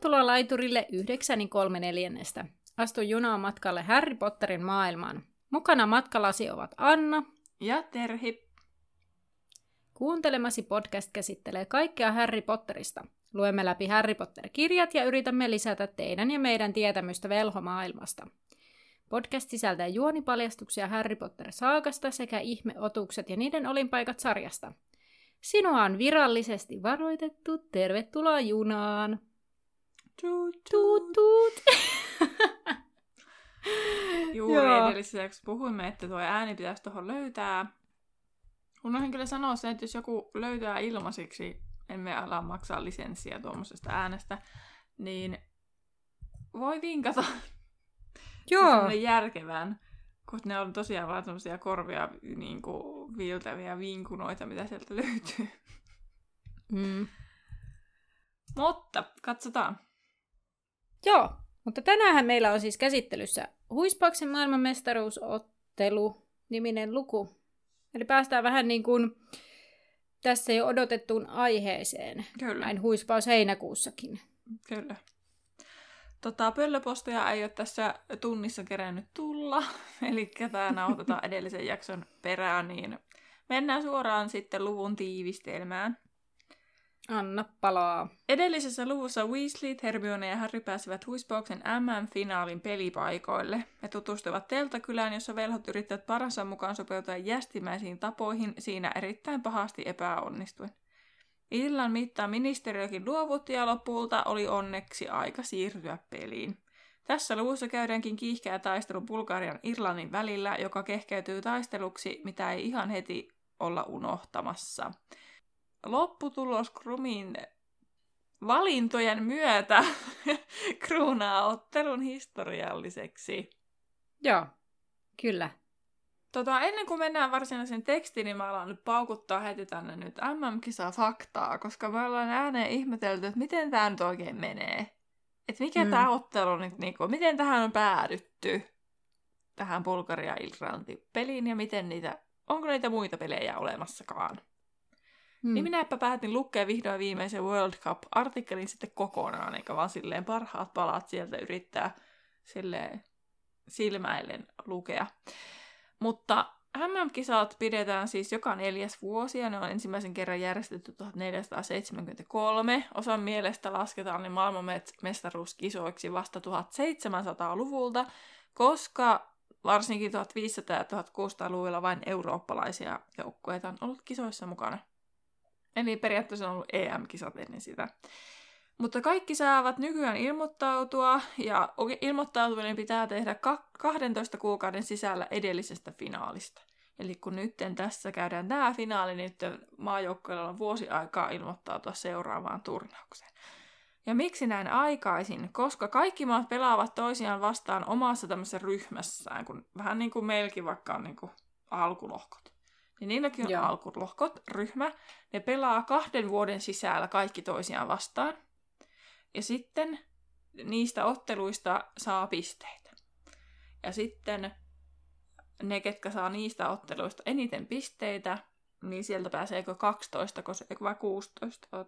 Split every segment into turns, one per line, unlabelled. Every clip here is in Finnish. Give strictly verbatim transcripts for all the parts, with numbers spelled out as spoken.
Tervetuloa laiturille yhdeksän kolme neljännestä. Astu junaan matkalle Harry Potterin maailmaan. Mukana matkalasi ovat Anna
ja Terhi.
Kuuntelemasi podcast käsittelee kaikkea Harry Potterista. Luemme läpi Harry Potter-kirjat ja yritämme lisätä teidän ja meidän tietämystä velhomaailmasta. Podcast sisältää juonipaljastuksia Harry Potter-saakasta sekä ihmeotukset ja niiden olinpaikat sarjasta. Sinua on virallisesti varoitettu. Tervetuloa junaan!
Tuut,
tuut, tuut.
Juuri edellisessä jaksossa puhuimme, että tuo ääni pitäisi tuohon löytää. Unohdin kyllä sanoa sen, että jos joku löytää ilmaisiksi, emme ala maksaa lisenssiä tuommoisesta äänestä, niin voi vinkata
Joo.
järkevän, koska ne on tosiaan vaan semmoisia korvia niin kuin viiltäviä vinkunoita, mitä sieltä löytyy.
Mm. Mutta
katsotaan.
Joo, mutta tänään meillä on siis käsittelyssä Huispauksen maailmanmestaruusottelu niminen luku. Eli päästään vähän niin kuin tässä jo odotettuun aiheeseen.
Kyllä.
Näin huispaus heinäkuussakin.
Kyllä. Tota, pöllöposteja ei ole tässä tunnissa kerännyt tulla. Eli tämä nauhoitetaan edellisen jakson perään, niin mennään suoraan sitten luvun tiivistelmään.
Anna palaa.
Edellisessä luvussa Weasley, Hermione ja Harry pääsivät Huispauksen M M-finaalin pelipaikoille. He tutustuivat teltakylään, jossa velhot yrittävät paransa mukaan sopeutua jästimäisiin tapoihin, siinä erittäin pahasti epäonnistuen. Illan mittaan ministeriökin luovutti ja lopulta oli onneksi aika siirtyä peliin. Tässä luvussa käydäänkin kiihkeä taistelu Bulgarian Irlannin välillä, joka kehkeytyy taisteluksi, mitä ei ihan heti olla unohtamassa. Lopputulos Krumin valintojen myötä kruunaa ottelun historialliseksi.
Joo, kyllä.
Tota, ennen kuin mennään varsinaisen tekstiin, niin mä alan nyt paukuttaa heti tänne nyt M M-kisaa faktaa, koska me ollaan ääneen ihmetelty, että miten tää nyt oikein menee. Että mikä mm. tää ottelu nyt, niinku, miten tähän on päädytty, tähän Bulgaria-Irlanti-peliin, ja miten niitä, onko niitä muita pelejä olemassakaan. Hmm. Niin minäpä päätin lukea vihdoin viimeisen World Cup-artikkelin sitten kokonaan, eikä vaan silleen parhaat palat sieltä yrittää silleen silmäillen lukea. Mutta M M-kisat pidetään siis joka neljäs vuosi, ja ne on ensimmäisen kerran järjestetty tuhatneljäsataaseitsemänkymmentäkolme. Osan mielestä lasketaan ne maailmanmestaruuskisoiksi vasta tuhatseitsemänsataaluvulta, koska varsinkin tuhatviisisataa- ja tuhatkuusisataaluvulla vain eurooppalaisia joukkueita on ollut kisoissa mukana. Eli periaatteessa on ollut E M-kisat ennen sitä. Mutta kaikki saavat nykyään ilmoittautua, ja ilmoittautuminen pitää tehdä kahdentoista kuukauden sisällä edellisestä finaalista. Eli kun nyt tässä käydään tämä finaali, niin nyt maajoukkueilla on vuosi aikaa ilmoittautua seuraavaan turnaukseen. Ja miksi näin aikaisin? Koska kaikki maat pelaavat toisiaan vastaan omassa tämmöisessä ryhmässään, kun vähän niin kuin meilläkin vaikka on niin kuin alkulohkot. Niin niilläkin on Joo. alkulohkot, ryhmä. Ne pelaa kahden vuoden sisällä kaikki toisiaan vastaan. Ja sitten niistä otteluista saa pisteitä. Ja sitten ne, ketkä saa niistä otteluista eniten pisteitä, niin sieltä pääseekö kaksitoista, vai kuusitoista?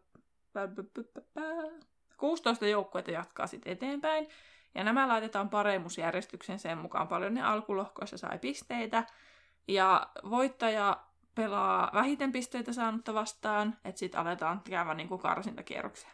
kuusitoista joukkuetta jatkaa sitten eteenpäin. Ja nämä laitetaan paremmuusjärjestyksen sen mukaan. Paljon ne alkulohkoissa sai pisteitä. Ja voittaja pelaa vähiten pisteitä saanutta vastaan, että sitten aletaan käydä niinku karsintakierroksia.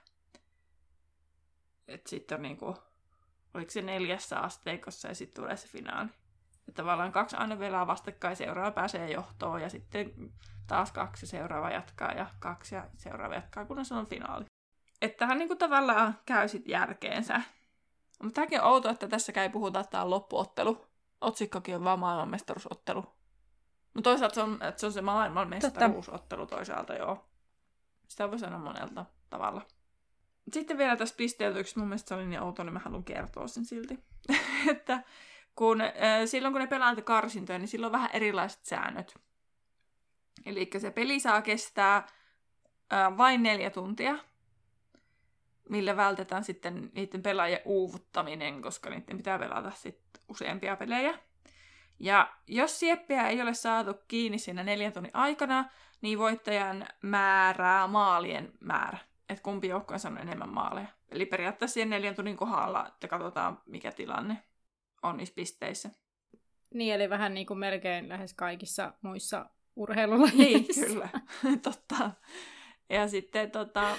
Että sitten on niinku, oliko se neljässä asteikossa ja sitten tulee se finaali. Että tavallaan kaksi aina pelaa vastakkain, seuraava pääsee johtoon ja sitten taas kaksi seuraava jatkaa ja kaksi ja seuraava jatkaa, kunnes on finaali. Että tähän niinku tavallaan käy sitten järkeensä. Mutta tämäkin on outo, että tässäkään ei puhuta, että tämä on loppuottelu. Otsikkokin on vaan maailmanmestaruusottelu. Mutta toisaalta se on, että se on se maailmanmestaruusottelu toisaalta, joo. Sitä voi sanoa monelta tavalla. Sitten vielä tässä pisteltyksi, mun mielestä se oli niin outo, niin mä haluan kertoa sen silti. Että kun, äh, silloin kun ne pelaa karsintoja, niin silloin on vähän erilaiset säännöt. Eli se peli saa kestää äh, vain neljä tuntia, millä vältetään sitten niiden pelaajien uuvuttaminen, koska niiden pitää pelata sitten useampia pelejä. Ja jos sieppiä ei ole saatu kiinni siinä neljän tunnin aikana, niin voittajan määrää maalien määrä. Että kumpi joukko on saanut enemmän maaleja. Eli periaatteessa siihen neljän tunnin kohdalla, että katsotaan mikä tilanne on niissä pisteissä.
Niin, eli vähän niin kuin melkein lähes kaikissa muissa urheilulajeissa.
Niin, kyllä. Totta. Ja sitten, tota,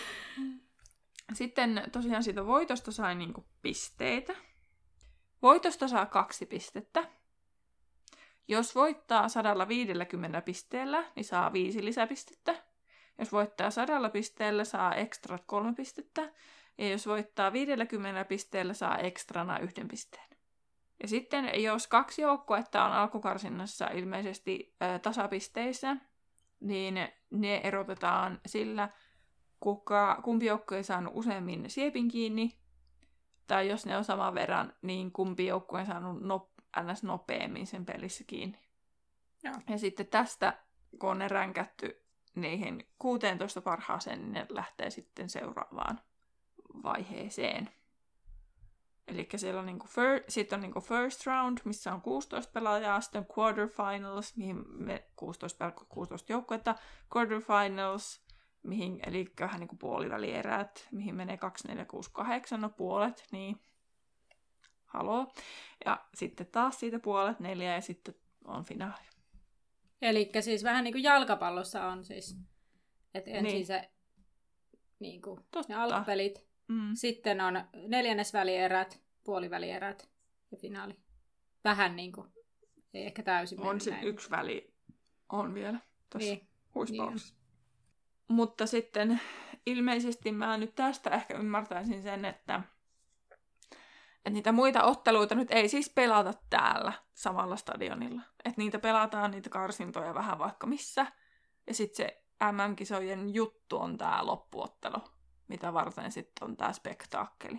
sitten tosiaan siitä voitosta sai niinku pisteitä. Voitosta saa kaksi pistettä. Jos voittaa sata viisikymmentä pisteellä, niin saa viisi lisäpistettä. Jos voittaa sadalla pisteellä, saa ekstrat kolme pistettä. Ja jos voittaa viidelläkymmenellä pisteellä, saa ekstrana yhden pisteen. Ja sitten, jos kaksi joukkuetta on alkukarsinnassa ilmeisesti ä, tasapisteissä, niin ne erotetaan sillä, kuka, kumpi joukkue on saanut useammin siepin kiinni, tai jos ne on saman verran, niin kumpi joukkue on saanut no, ns. Nopeammin sen pelissä kiinni.
Joo.
Ja sitten tästä, kun on ne ränkätty niihin kuusitoista parhaaseen, niin ne lähtee sitten seuraavaan vaiheeseen. Eli siellä on niinku fir- sitten on niinku first round, missä on kuusitoista pelaajaa, sitten quarterfinals, mihin me kuusitoista, kuusitoista joukkuetta, quarterfinals, mihin, eli vähän niinku puolivälierät, mihin menee kaksi, neljä, kuusi, kahdeksan, no puolet, niin haloo. Ja sitten taas siitä puolet, neljä, ja sitten on finaali.
Eli siis vähän niin kuin jalkapallossa on siis, että ensin
niin.
se niin kuin, ne alkupelit,
mm.
sitten on neljännesvälierät, puolivälierät ja finaali. Vähän niin kuin, ei ehkä täysin
on se
näin.
Yksi väli on vielä tuossa
niin.
huispauksessa. Niin. Mutta sitten ilmeisesti mä nyt tästä ehkä ymmärtäisin sen, että, että niitä muita otteluita nyt ei siis pelata täällä samalla stadionilla. Että niitä pelataan, niitä karsintoja vähän vaikka missä. Ja sitten se M M-kisojen juttu on tää loppuottelu, mitä varten sitten on tää spektaakkeli.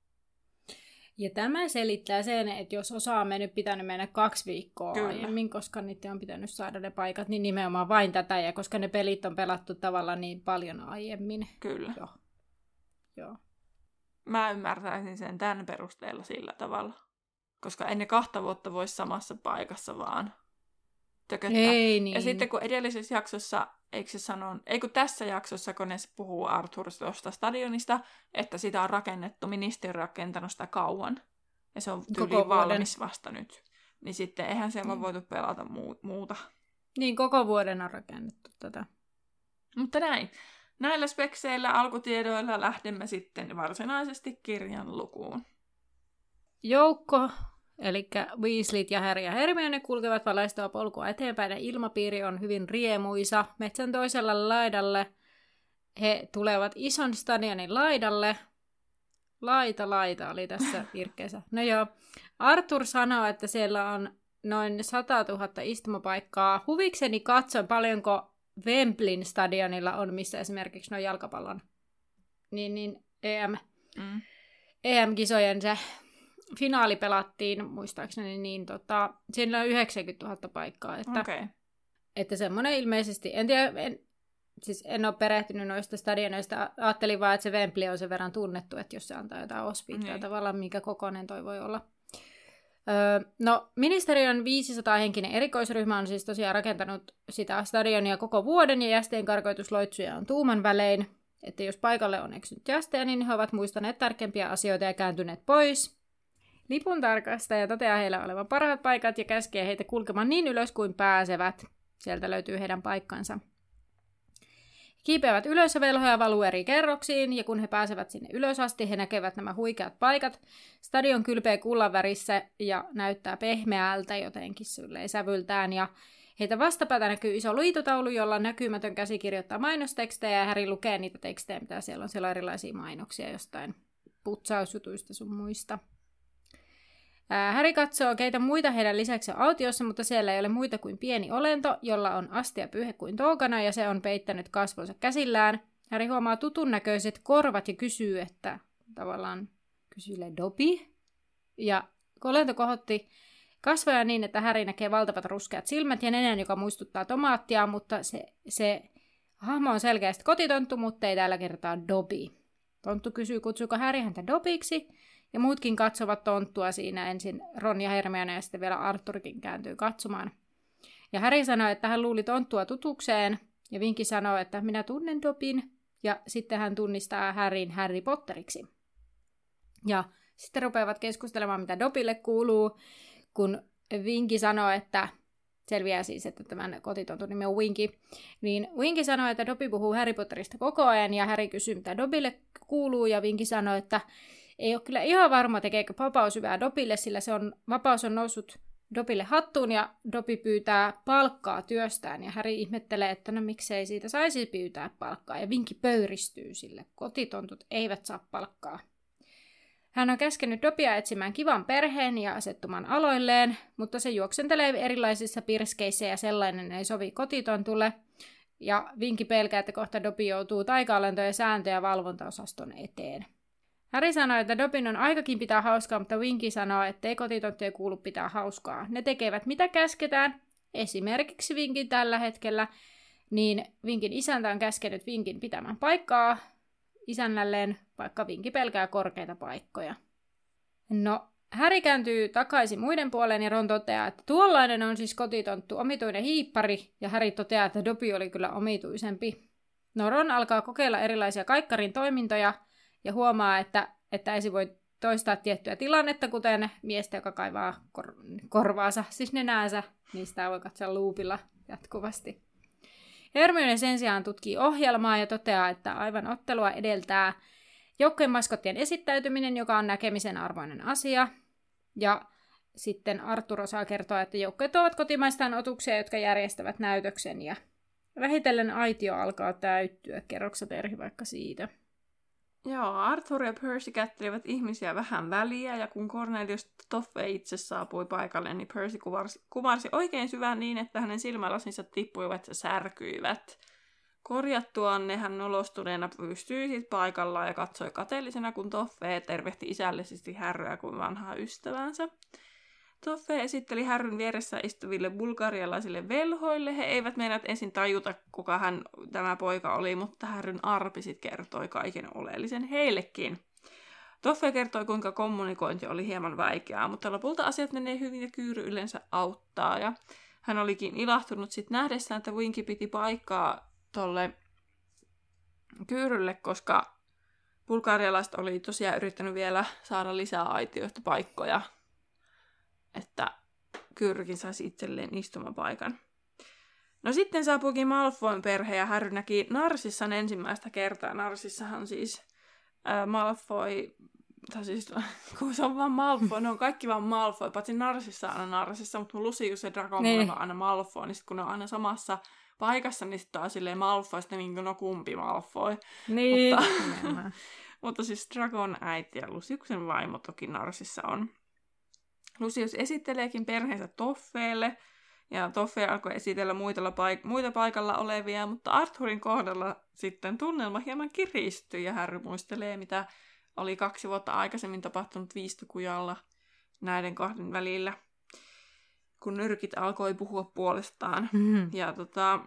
Ja tämä selittää sen, että jos osa on mennyt, pitänyt mennä kaksi viikkoa
Kyllä.
aiemmin, koska niiden on pitänyt saada ne paikat, niin nimenomaan vain tätä, ja koska ne pelit on pelattu tavallaan niin paljon aiemmin.
Kyllä.
Joo. Joo.
Mä ymmärtäisin sen tämän perusteella sillä tavalla. Koska ennen kahta vuotta voisi samassa paikassa vaan tököttää.
Ei niin.
Ja sitten kun edellisessä jaksossa, eikö se sano, ei kun tässä jaksossa, kun ne puhuu Arthur tuosta stadionista, että sitä on rakennettu, ministeri on rakentanut sitä kauan. Ja se on tyyliin valmis vasta nyt. Niin sitten eihän siellä mm. ole voitu pelata muu- muuta.
Niin, koko vuoden on rakennettu tätä.
Mutta näin. Näillä spekseillä alkutiedoilla lähdemme sitten varsinaisesti kirjan lukuun.
Joukko, eli Weasleyt ja Harry ja Hermione kulkevat valaistua polkua eteenpäin ja ilmapiiri on hyvin riemuisa. Metsän toisella laidalle he tulevat ison stadionin laidalle. Laita, laita oli tässä virkkeessä. No joo, Arthur sanoo, että siellä on noin sata tuhatta istumapaikkaa. Huvikseni katsoin, paljonko Wembleyn stadionilla on, missä esimerkiksi no jalkapallon niin, niin E M,
mm.
E M-kisojen se finaali pelattiin, muistaakseni, niin tota, siinä on yhdeksänkymmentätuhatta paikkaa. Että,
okay.
että semmoinen ilmeisesti, en tiedä, en, siis en ole perehtynyt noista stadioneista, ajattelin vaan, että se Wembley on sen verran tunnettu, että jos se antaa jotain osviittaa niin. tavallaan, minkä kokoinen toi voi olla. Öö, no, ministeriön viisisataa henkinen erikoisryhmä on siis tosiaan rakentanut sitä stadionia koko vuoden, ja jästeen karkoitusloitsuja on tuuman välein, että jos paikalle on eksynyt jästejä, niin he ovat muistaneet tärkeimpiä asioita ja kääntyneet pois. Lipun tarkastaja toteaa heillä olevan parhaat paikat ja käskee heitä kulkemaan niin ylös kuin pääsevät. Sieltä löytyy heidän paikkansa. Kiipeävät ylös ja velhoja valuu eri kerroksiin, ja kun he pääsevät sinne ylös asti, he näkevät nämä huikeat paikat. Stadion kylpeä kullan värissä ja näyttää pehmeältä jotenkin silleen sävyltään, ja heitä vastapäätä näkyy iso liitotaulu, jolla näkymätön käsi kirjoittaa mainostekstejä, ja Harry lukee niitä tekstejä, mitä siellä on. Siellä on erilaisia mainoksia jostain putsausjutuista sun muista. Harry katsoo, keitä muita heidän lisäksi on autiossa, mutta siellä ei ole muita kuin pieni olento, jolla on astia pyyhe kuin toukana, ja se on peittänyt kasvonsa käsillään. Harry huomaa tutun näköiset korvat ja kysyy, että tavallaan kysylee Dobby. Ja olento kohotti kasvoja niin, että Harry näkee valtavat ruskeat silmät ja nenän, joka muistuttaa tomaattia, mutta se, se hahmo on selkeästi kotitonttu, mutta ei tällä kertaa Dobby. Tonttu kysyy, kutsuuko Harry häntä Dobbyksi. Ja muutkin katsovat tonttua siinä, ensin Ron ja Hermione, ja sitten vielä Arthurkin kääntyy katsomaan. Ja Harry sanoi, että hän luuli tonttua tutukseen, ja Vinkki sanoi, että minä tunnen Dobbyn, ja sitten hän tunnistaa Harryn Harry Potteriksi. Ja sitten rupeavat keskustelemaan, mitä Dobbylle kuuluu, kun Winky sanoo, että selviää siis, että tämän kotitontun nimi on Winky, niin Winky sanoo, että Dobby puhuu Harry Potterista koko ajan, ja Harry kysyy, mitä Dobbylle kuuluu, ja Winky sanoo, että ei ole kyllä ihan varma, tekeekö vapaus hyvää Dobbylle, sillä se on, vapaus on noussut Dobbylle hattuun, ja Dobby pyytää palkkaa työstään, ja Harry ihmettelee, että no miksei siitä saisi pyytää palkkaa, ja Winky pöyristyy sille. Kotitontut eivät saa palkkaa. Hän on käskenyt Dobbya etsimään kivan perheen ja asettumaan aloilleen, mutta se juoksentelee erilaisissa pirskeissä ja sellainen ei sovi kotitontulle. Ja Winky pelkää, että kohta Dobby joutuu taika-alentojen sääntö- ja valvontaosaston eteen. Harry sanoo, että Dobbyn on aikakin pitää hauskaa, mutta Winky sanoo, ettei kotitonttujen kuulu pitää hauskaa. Ne tekevät mitä käsketään, esimerkiksi Winkin tällä hetkellä, niin Winkin isäntä on käskenyt Winkin pitämään paikkaa isännälleen, vaikka Winky pelkää korkeita paikkoja. No, Harry kääntyy takaisin muiden puoleen ja Ron toteaa, että tuollainen on siis kotitonttu, omituinen hiippari, ja Harry toteaa, että Dobby oli kyllä omituisempi. No, Ron alkaa kokeilla erilaisia kaikkarin toimintoja ja huomaa, että, että esi voi toistaa tiettyä tilannetta, kuten miestä, joka kaivaa kor- korvaansa, siis nenäänsä, niin sitä voi katsoa luupilla jatkuvasti. Hermione sen sijaan tutkii ohjelmaa ja toteaa, että aivan ottelua edeltää joukkojen maskottien esittäytyminen, joka on näkemisen arvoinen asia. Ja sitten Arthur osaa kertoa, että joukkojen tuovat kotimaistaan otuksia, jotka järjestävät näytöksen. Ja vähitellen aitio alkaa täyttyä. Kerroksä Terhi vaikka siitä?
Joo, Arthur ja Percy kättelivät ihmisiä vähän väliä, ja kun Cornelius Toffee itse saapui paikalle, niin Percy kuvarsi, kumarsi oikein syvään niin, että hänen silmälasinsa tippuivat ja särkyivät. Korjattuaan ne hän nolostuneena pystyi sit paikallaan ja katsoi kateellisena, kun Toffee tervehti isällisesti Harryä kuin vanhaa ystävänsä. Toffee esitteli Harryn vieressä istuville bulgarialaisille velhoille. He eivät meinat ensin tajuta, kuka hän tämä poika oli, mutta Harryn arpi sit kertoi kaiken oleellisen heillekin. Toffee kertoi, kuinka kommunikointi oli hieman vaikeaa, mutta lopulta asiat menee hyvin ja Kyyry yleensä auttaa. Ja hän olikin ilahtunut sit nähdessään, että Winky piti paikkaa tolle Kyyrylle, koska bulgarialaiset oli tosiaan yrittänyt vielä saada lisää aitioista paikkoja, että Kyyrykin saisi itselleen istumapaikan. No sitten saapuikin Malfoyn perhe ja Harry näki Narsissan ensimmäistä kertaa. Narsissahan siis ää, Malfoy, tai siis kun se on vaan Malfoy, ne on kaikki vaan Malfoy, paitsi Narsissa aina Narsissa, mutta Lucius ja Draco on aina Malfoy, niin sitten kun ne on aina samassa paikassa, niin sitten on silleen Malfoy, sitten niin kuin no kumpi Malfoy.
Niin.
Mutta, mutta siis Dracon äiti ja Luciuksen vaimo toki Narsissa on. Lucius esitteleekin perheensä Toffeelle, ja Toffee alkoi esitellä muita, paik- muita paikalla olevia, mutta Arthurin kohdalla sitten tunnelma hieman kiristyi, ja Harry muistelee, mitä oli kaksi vuotta aikaisemmin tapahtunut Viistukujalla näiden kahden välillä, kun nyrkit alkoi puhua puolestaan. Mm-hmm. Ja tota,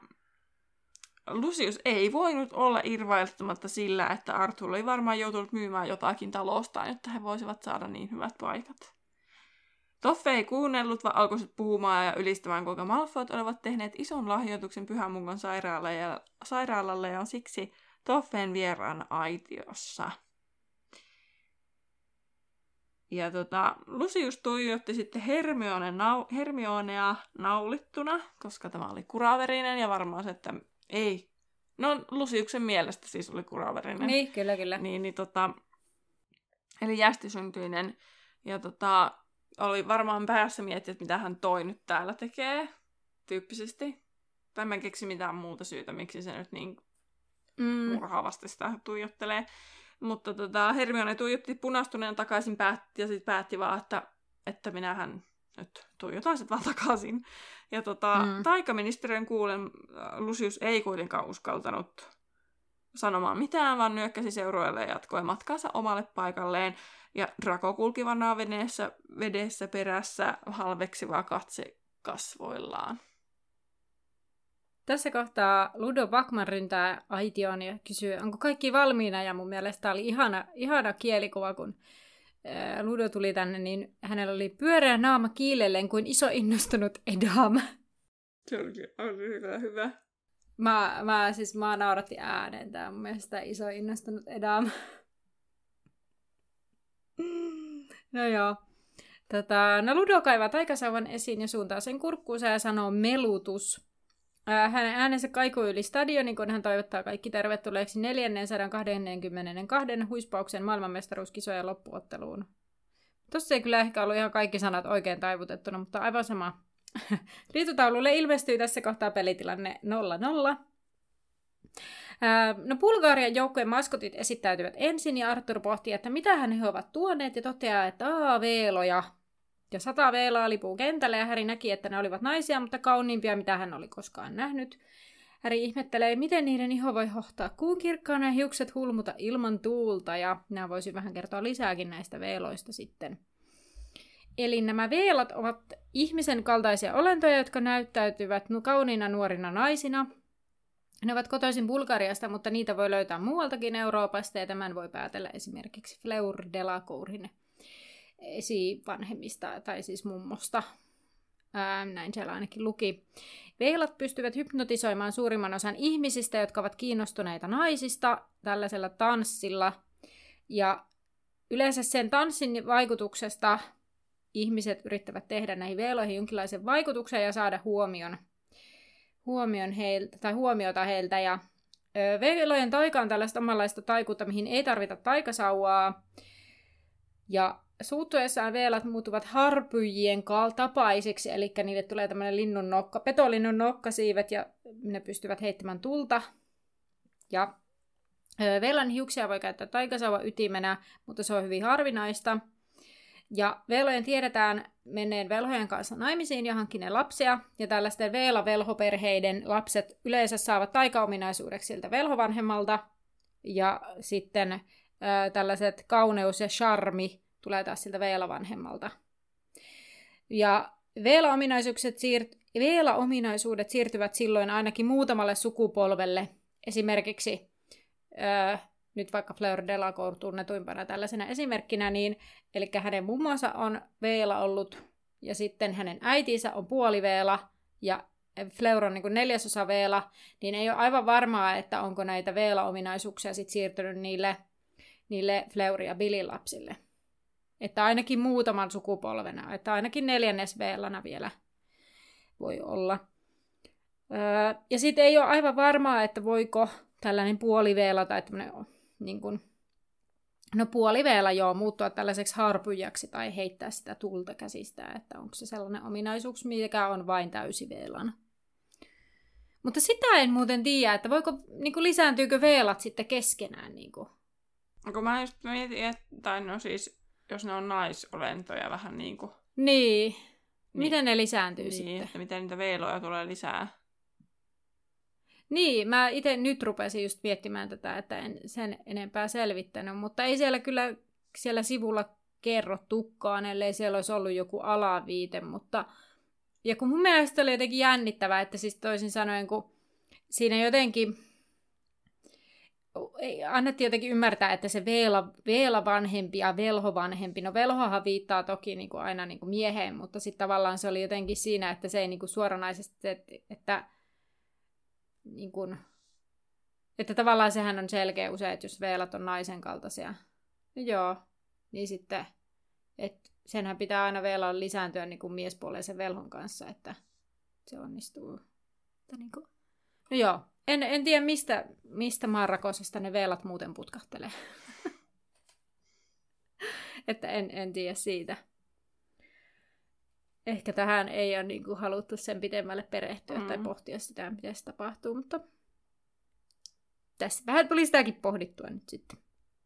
Lucius ei voinut olla irvailematta sillä, että Arthur oli varmaan joutunut myymään jotakin talostaan, jotta he voisivat saada niin hyvät paikat. Toffee ei kuunnellut, vaan alkoi puhumaan ja ylistämään, kuinka Malfoyt olivat tehneet ison lahjoituksen Pyhämungon sairaalalle ja, sairaalalle ja on siksi Toffeen vieraan aitiossa. Ja tota, Lucius tuijotti sitten Hermione nau- Hermionea naulittuna, koska tämä oli kuraverinen ja varmaan se, että ei. No Luciuksen mielestä siis oli kuraverinen.
Niin, kyllä, kyllä.
Niin, niin tota, eli jästisyntyinen. Ja tota, oli varmaan päässä miettiä, että mitä hän toi nyt täällä tekee, tyyppisesti. Tai mä en keksi mitään muuta syytä, miksi se nyt niin mm. murhaavasti sitä tuijottelee. Mutta tota, Hermione tuijotti punastuneen takaisin päätti, ja sitten päätti vaan, että, että minähän nyt tuijotan sitten vaan takaisin. Ja tota, mm. taikaministeriön kuulen Lucius ei kuitenkaan uskaltanut sanomaan mitään, vaan nyökkäsi seurueelle ja jatkoi matkaansa omalle paikalleen. Ja Draco kulki vanhaa veneessä, vedessä perässä halveksiva katse kasvoillaan.
Tässä kohtaa Ludo Backman ryntää aitioon ja kysyy, onko kaikki valmiina, ja mun mielestä tämä oli ihana, ihana kielikuva, kun ää, Ludo tuli tänne, niin hänellä oli pyöreä naama kiilellen kuin iso innostunut edam.
Se oli hyvä, hyvä.
Mä, mä siis mä nauratti ääneen, tää mun mielestä iso innostunut edam. No joo. Tota, no Ludo kaivaa taikasauvan esiin ja suuntaa sen kurkkuunsa ja sanoo melutus. Hänen äänensä kaikuu yli stadionin, kun hän toivottaa kaikki tervetulleeksi neljäsataakaksikymmentäkaksi huispauksen maailmanmestaruuskisojen loppuotteluun. Tossa ei kyllä ehkä ollut ihan kaikki sanat oikein taivutettuna, mutta aivan sama. Liitutaululle ilmestyy tässä kohtaa pelitilanne nolla nolla. No Bulgarian joukkojen maskotit esittäytyvät ensin ja Arthur pohtii, että mitä he ovat tuoneet ja toteaa, että aah, veeloja. Ja sata veelaa lipuu kentälle ja Harry näki, että ne olivat naisia, mutta kauniimpia, mitä hän oli koskaan nähnyt. Harry ihmettelee, miten niiden iho voi hohtaa kuun kirkkaana ja hiukset hulmuta ilman tuulta, ja nämä voisin vähän kertoa lisääkin näistä veeloista sitten. Eli nämä veelat ovat ihmisen kaltaisia olentoja, jotka näyttäytyvät kauniina nuorina naisina. Ne ovat kotoisin Bulgariasta, mutta niitä voi löytää muualtakin Euroopasta, ja tämän voi päätellä esimerkiksi Fleur Delacourin esivanhemmista, tai siis mummosta. Ää, näin siellä ainakin luki. Veelat pystyvät hypnotisoimaan suurimman osan ihmisistä, jotka ovat kiinnostuneita naisista tällaisella tanssilla. Ja yleensä sen tanssin vaikutuksesta ihmiset yrittävät tehdä näihin veeloihin jonkinlaisen vaikutuksen ja saada huomion, huomion heiltä, tai huomiota heiltä. Ja ö, veelojen taika on tällaista omanlaista taikuutta, mihin ei tarvita taikasauvaa. Ja suuttuessaan veelat muuttuvat harpyjien tapaisiksi, eli niille tulee tämmöinen linnun nokka, petolinnun nokkasiivet, ja ne pystyvät heittämään tulta. Ja veelan hiuksia voi käyttää taikasauvan ytimenä, mutta se on hyvin harvinaista. Ja veelojen tiedetään menneen velhojen kanssa naimisiin ja hankkineen lapsia, ja tällaisten veela-velhoperheiden lapset yleensä saavat taikaominaisuudeksi siltä velhovanhemmalta, ja sitten äh, tällaiset kauneus ja charmi tulee taas siltä veela-vanhemmalta. Ja veela-ominaisuudet, siirt- veela-ominaisuudet siirtyvät silloin ainakin muutamalle sukupolvelle. Esimerkiksi, öö, nyt vaikka Fleur Delacour tunnetuimpana tällaisena esimerkkinä, niin, eli hänen mummonsa on veela ollut, ja sitten hänen äitinsä on puoliveela, ja Fleur on niin kuin neljäsosa veela, niin ei ole aivan varmaa, että onko näitä veela-ominaisuuksia sit siirtynyt niille, niille Fleur ja Billyn lapsille. Että ainakin muutaman sukupolvena, että ainakin neljännes veelana vielä voi olla. Öö, ja sitten ei ole aivan varmaa, että voiko tällainen puoliveela tai tämmöinen, niin kuin, no puoliveela joo, muuttua tällaiseksi harpyjäksi tai heittää sitä tulta käsistä, että onko se sellainen ominaisuus, mikä on vain täysiveelana. Mutta sitä en muuten tiedä, että voiko, niin kuin lisääntyykö veelat sitten keskenään. Niin kuin.
Kun mä just mietin, että, tai no siis, jos ne on naisolentoja vähän niin kuin.
Niin. niin. Miten ne lisääntyy
niin,
sitten?
Että miten niitä veeloja tulee lisää.
Niin, mä itse nyt rupesin just miettimään tätä, että en sen enempää selvittänyt, mutta ei siellä kyllä siellä sivulla kerrottukaan, ellei siellä olisi ollut joku alaviite, mutta ja kun mun mielestä oli jotenkin jännittävää, että siis toisin sanoen, kun siinä jotenkin annettiin jotenkin ymmärtää, että se veela, veela vanhempi ja velho vanhempi, no velhohan viittaa toki niin kuin aina niin kuin mieheen, mutta sitten tavallaan se oli jotenkin siinä, että se ei niin kuin suoranaisesti, että, että, niin kuin, että tavallaan sehän on selkeä usein, että jos veelat on naisen kaltaisia, no joo, niin sitten, että senhän pitää aina veelalla lisääntyä niin kuin miespuoleisen velhon kanssa, että se onnistuu. Niin kuin. No joo. En, en tiedä, mistä, mistä maanrakosesta ne veelat muuten putkahtelee. Että en, en tiedä siitä. Ehkä tähän ei ole niin kuin haluttu sen pitemmälle perehtyä mm. tai pohtia sitä, miten se tapahtuu, mutta tässä vähän tuli sitäkin pohdittua nyt sitten.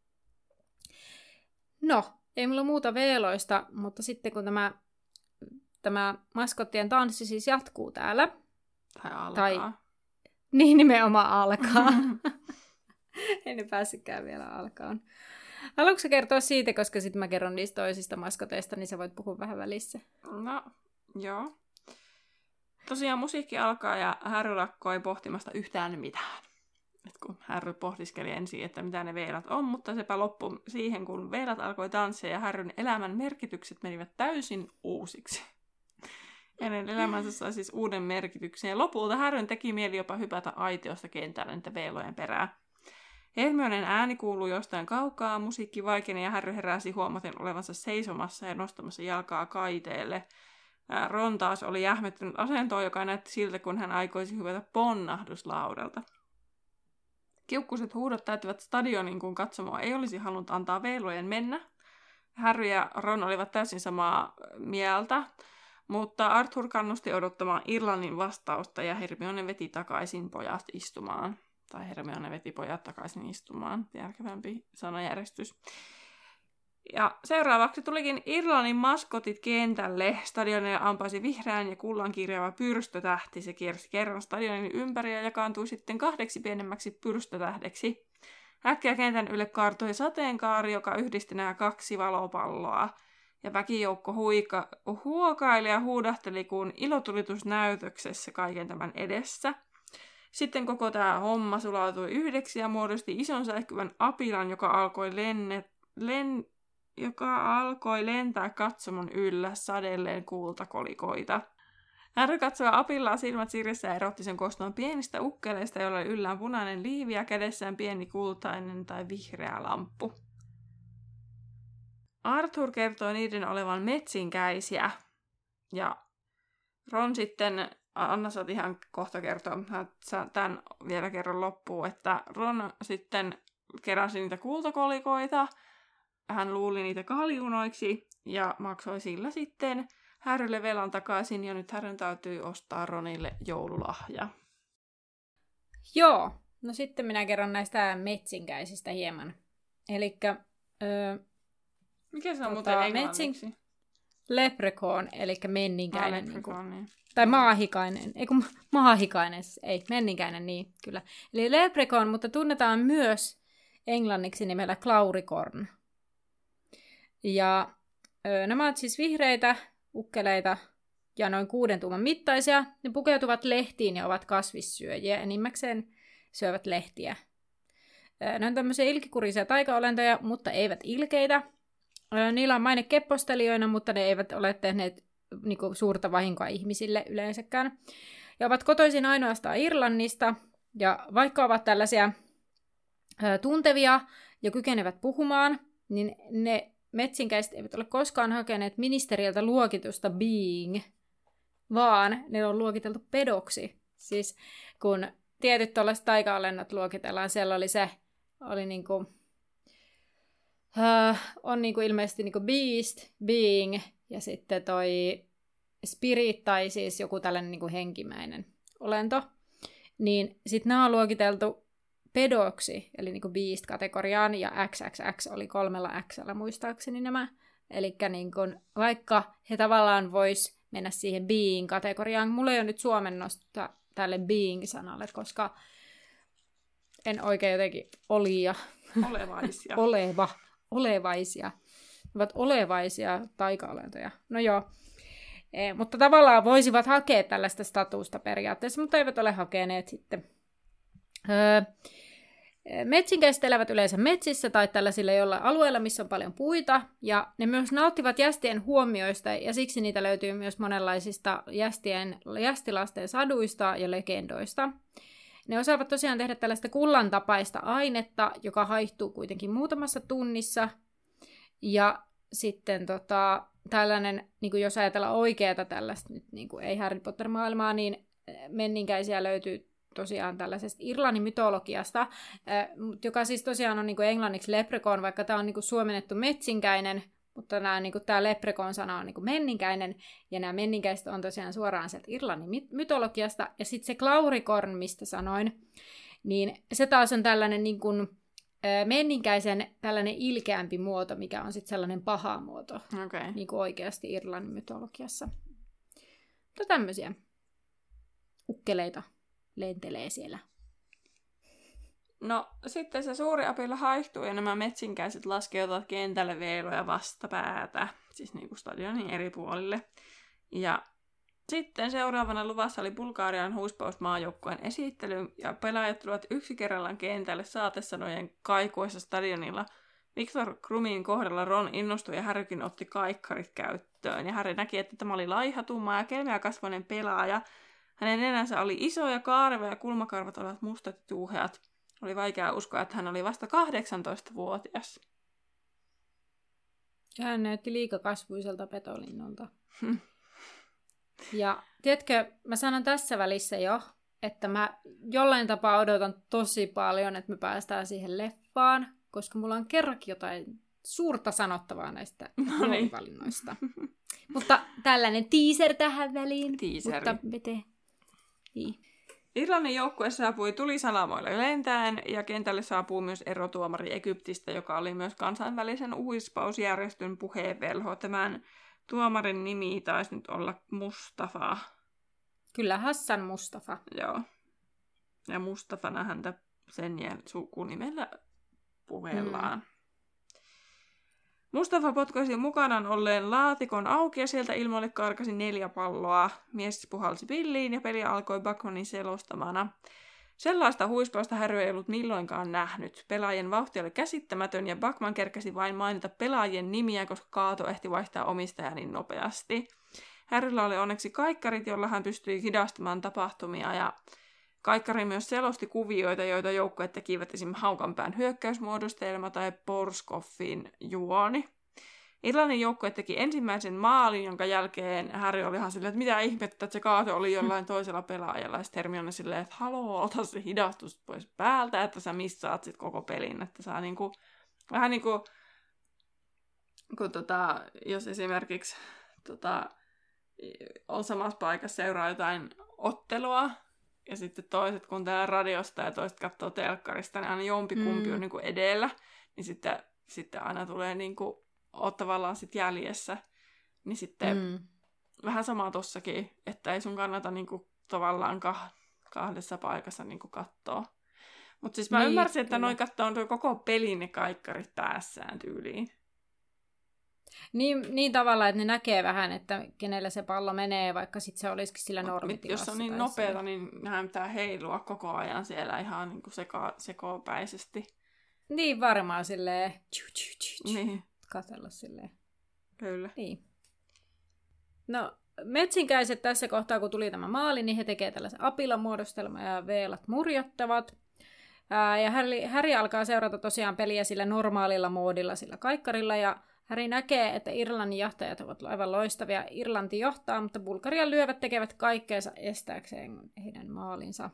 No, ei mulla muuta veeloista, mutta sitten kun tämä, tämä maskottien tanssi siis jatkuu täällä.
Tai alkaa.
Tai, niin nimenomaan alkaa. En päässytkään vielä alkaan. Haluatko kertoa siitä, koska sitten mä kerron niistä toisista maskoteista, niin sä voit puhua vähän välissä.
No, joo. Tosiaan musiikki alkaa ja Harry lakkoi pohtimasta yhtään mitään. Et kun Harry pohdiskeli ensin, että mitä ne veelat on, mutta sepä loppui siihen, kun veelat alkoi tanssia ja Harryn elämän merkitykset menivät täysin uusiksi. Hänen elämänsä sai siis uuden merkityksen ja lopulta Harryn teki mieli jopa hypätä aitiosta kentälle niitä veelojen perään. Hermionen ääni kuului jostain kaukaa, musiikki vaikeni ja Harry heräsi huomaten olevansa seisomassa ja nostamassa jalkaa kaiteelle. Ron taas oli jähmettynyt asentoon, joka näytti siltä, kun hän aikoisi hyvätä ponnahduslaudelta. Kiukkuiset huudot täyttivät stadionin, kun katsomoa ei olisi halunnut antaa veilujen mennä. Harry ja Ron olivat täysin samaa mieltä, mutta Arthur kannusti odottamaan Irlannin vastausta ja Hermione veti takaisin pojat istumaan. Tai Hermione veti pojat takaisin istumaan, järkevämpi sanajärjestys. Ja seuraavaksi tulikin Irlannin maskotit kentälle. Stadionille ampasi vihreän ja kullan kirjava pyrstötähti. Se kiersi kerran stadionin ympäri ja jakaantui sitten kahdeksi pienemmäksi pyrstötähdeksi. Äkkiä kentän ylle kaartui sateenkaari, joka yhdisti nämä kaksi valopalloa. Ja väkijoukko huika, huokaili ja huudahteli kuin ilotulitusnäytöksessä kaiken tämän edessä. Sitten koko tämä homma sulautui yhdeksi ja muodosti ison säihkyvän apilan, joka alkoi, lenne, len, joka alkoi lentää katsomon yllä sadelleen kultakolikoita. Harry katsoi apillaa silmät sirjessä ja erotti sen koostuvan pienistä ukkeleista, joilla oli yllään punainen liivi ja kädessään pieni kultainen tai vihreä lamppu. Arthur kertoi niiden olevan metsinkäisiä. Ja Ron sitten, Anna saat ihan kohta kertoa, tämän vielä kerran loppuun, että Ron sitten keräsi niitä kultakolikoita, hän luuli niitä kaljunoiksi ja maksoi sillä sitten Harrylle velan takaisin, ja nyt Harryn täytyy ostaa Ronille joululahja.
Joo, no sitten minä kerron näistä metsinkäisistä hieman. Elikkä Öö,
mikä se on tota, muuten englanniksi?
Metsin... Leprechaun, eli menninkäinen.
Ah, leprechaun,
niin
niin.
Tai maahikainen. Ei kun maahikainen, ei, menninkäinen, niin kyllä. Eli Leprechaun, mutta tunnetaan myös englanniksi nimellä Clauricorn. Ja ö, nämä ovat siis vihreitä ukkeleita ja noin kuuden tuuman mittaisia. Ne pukeutuvat lehtiin ja ovat kasvissyöjiä. Enimmäkseen syövät lehtiä. Ö, ne on tämmöisiä ilkikurisia taikaolentoja, mutta eivät ilkeitä. Ö, niillä on maine keppostelijoina, mutta ne eivät ole tehneet niinku, suurta vahinkoa ihmisille yleensäkään. Ja ovat kotoisin ainoastaan Irlannista. Ja vaikka ovat tällaisia ö, tuntevia ja kykenevät puhumaan, niin ne metsinkäiset eivät ole koskaan hakeneet ministeriöltä luokitusta being, vaan ne on luokiteltu pedoksi. Siis kun tietyt tuollaiset taika-olennot luokitellaan, siellä oli se, oli niinku, äh, on niinku ilmeisesti niinku beast, being, ja sitten toi spirit, tai siis joku tällainen niinku henkimäinen olento, niin sitten nämä on luokiteltu pedoksi, eli niinku beast-kategoriaan, ja triple X oli kolmella X:llä muistaakseni nämä. Eli niinku, vaikka he tavallaan vois mennä siihen being-kategoriaan, mulla ei ole nyt suomennosta tälle being-sanalle, koska en oikein jotenkin olia.
Olevaisia.
Oleva. Olevaisia. Ne ovat olevaisia taika-olentoja. No joo. E, mutta tavallaan voisivat hakea tällaista statusta periaatteessa, mutta eivät ole hakeneet sitten. Öö, metsinkäiset elävät yleensä metsissä tai tällaisilla jollain alueilla, missä on paljon puita, ja ne myös nauttivat jästien huomioista, ja siksi niitä löytyy myös monenlaisista jästien, jästilasten saduista ja legendoista. Ne osaavat tosiaan tehdä tällaista kullan tapaista ainetta, joka haihtuu kuitenkin muutamassa tunnissa, ja sitten tota, tällainen, niin kuin jos ajatellaan oikeata tällaista, nyt niin kuin ei Harry Potter-maailmaa, niin menninkäisiä löytyy tosiaan tällaisesta Irlannin mytologiasta, joka siis tosiaan on niin kuin englanniksi leprechaun, vaikka tämä on niin kuin suomennettu metsinkäinen, mutta nämä, niin kuin tämä leprechaun-sana on niin kuin menninkäinen, ja nämä menninkäiset on tosiaan suoraan sieltä Irlannin mytologiasta, ja sitten se Clauricorn, mistä sanoin, niin se taas on tällainen niin kuin menninkäisen tällainen ilkeämpi muoto, mikä on sitten sellainen paha muoto,
okay.
Niin kuin oikeasti Irlannin mytologiassa. Mutta tämmöisiä ukkeleita lentelee siellä.
No, sitten se suuri apilla haihtuu ja nämä metsinkäiset laskeutuvat kentälle veiloja vastapäätä, siis niin kuin stadionin eri puolille. Ja sitten seuraavana luvassa oli Bulgarian huispausmaajoukkueen esittely, ja pelaajat tulivat yksi kerrallaan kentälle saatesanojen kaikuessa stadionilla. Viktor Krumin kohdalla Ron innostui ja Harrykin otti kaikkarit käyttöön, ja Harry näki, että tämä oli laihatumma ja kelmeä kasvoinen pelaaja. Hänen nenänsä oli iso ja kaareva ja kulmakarvat olivat mustat ja tuuheat. Oli vaikea uskoa, että hän oli vasta kahdeksantoistavuotias.
Ja hän näytti liikakasvuiselta petolinnulta. Ja tiedätkö, mä sanon tässä välissä jo, että mä jollain tapaa odotan tosi paljon, että me päästään siihen leffaan, koska mulla on kerrankin jotain suurta sanottavaa näistä
no niin.
valinnoista. Mutta tällainen teaser tähän väliin.
Teaseri.
Mutta miten? Niin.
Irlannin joukkue saapui tulisalamoille lentäen ja kentälle saapuu myös erotuomari Egyptistä, joka oli myös kansainvälisen uispausjärjestön puheenvelho. Tämän tuomarin nimi taisi nyt olla Mustafa.
Kyllä, Hassan Mustafa.
Joo. Ja Mustafana häntä sen jälkeen sukunimellä puhellaan. Mm. Mustafa potkaisi mukanaan olleen laatikon auki ja sieltä ilmoille karkasi neljä palloa. Mies puhalsi pilliin ja peli alkoi Bachmanin selostamana. Sellaista huispausta Harry ei ollut milloinkaan nähnyt. Pelaajien vauhti oli käsittämätön ja Bachman kerkäsi vain mainita pelaajien nimiä, koska kaato ehti vaihtaa omistajaa niin nopeasti. Harrylla oli onneksi kaikkarit, jolla hän pystyi hidastamaan tapahtumia ja kaikkari myös selosti kuvioita, joita joukkueet tekivät esim. Haukanpään hyökkäysmuodostelma tai Porskoffin juoni. Irlannin joukkue teki ensimmäisen maalin, jonka jälkeen Harry oli ihan silleen, että mitä ihmettä, että se kaato oli jollain toisella pelaajalla. Ja sitten Hermione silleen, että haloo, ota se hidastus pois päältä, että sä missaat sit koko pelin. Että saa niinku, vähän niin kuin, kun tota, jos esimerkiksi tota, on samassa paikassa seuraa jotain ottelua, ja sitten toiset kuuntelee radiosta ja toiset katsoo telkkarista, niin aina jompikumpi mm. on niinku edellä, niin sitten, sitten aina tulee niinku, oot tavallaan sit jäljessä. Niin sitten mm. vähän sama tossakin, että ei sun kannata niinku, tavallaan kah- kahdessa paikassa niinku, katsoa. Mutta siis mä niin, ymmärsin, että noin katsoo on koko pelin ne kaikkarit päässään tyyliin.
Niin, niin tavallaan, että ne näkee vähän, että kenellä se pallo menee, vaikka sitten se olisikin sillä normitilassa.
Jos se on niin nopeata, niin nehän pitää heilua koko ajan siellä ihan niin kuin seka, sekopäisesti.
Niin varmaan silleen, tju, tju, tju, tju,
niin.
katsella silleen.
Kyllä.
Niin. No, metsinkäiset tässä kohtaa, kun tuli tämä maali, niin he tekee tällaisen apilamuodostelman ja veelat murjottavat. Ää, ja Harry, Harry alkaa seurata tosiaan peliä sillä normaalilla moodilla, sillä kaikkarilla, ja Harry näkee, että Irlannin johtajat ovat aivan loistavia. Irlanti johtaa, mutta Bulgarian lyövät tekevät kaikkeensa estääkseen heidän maalinsa.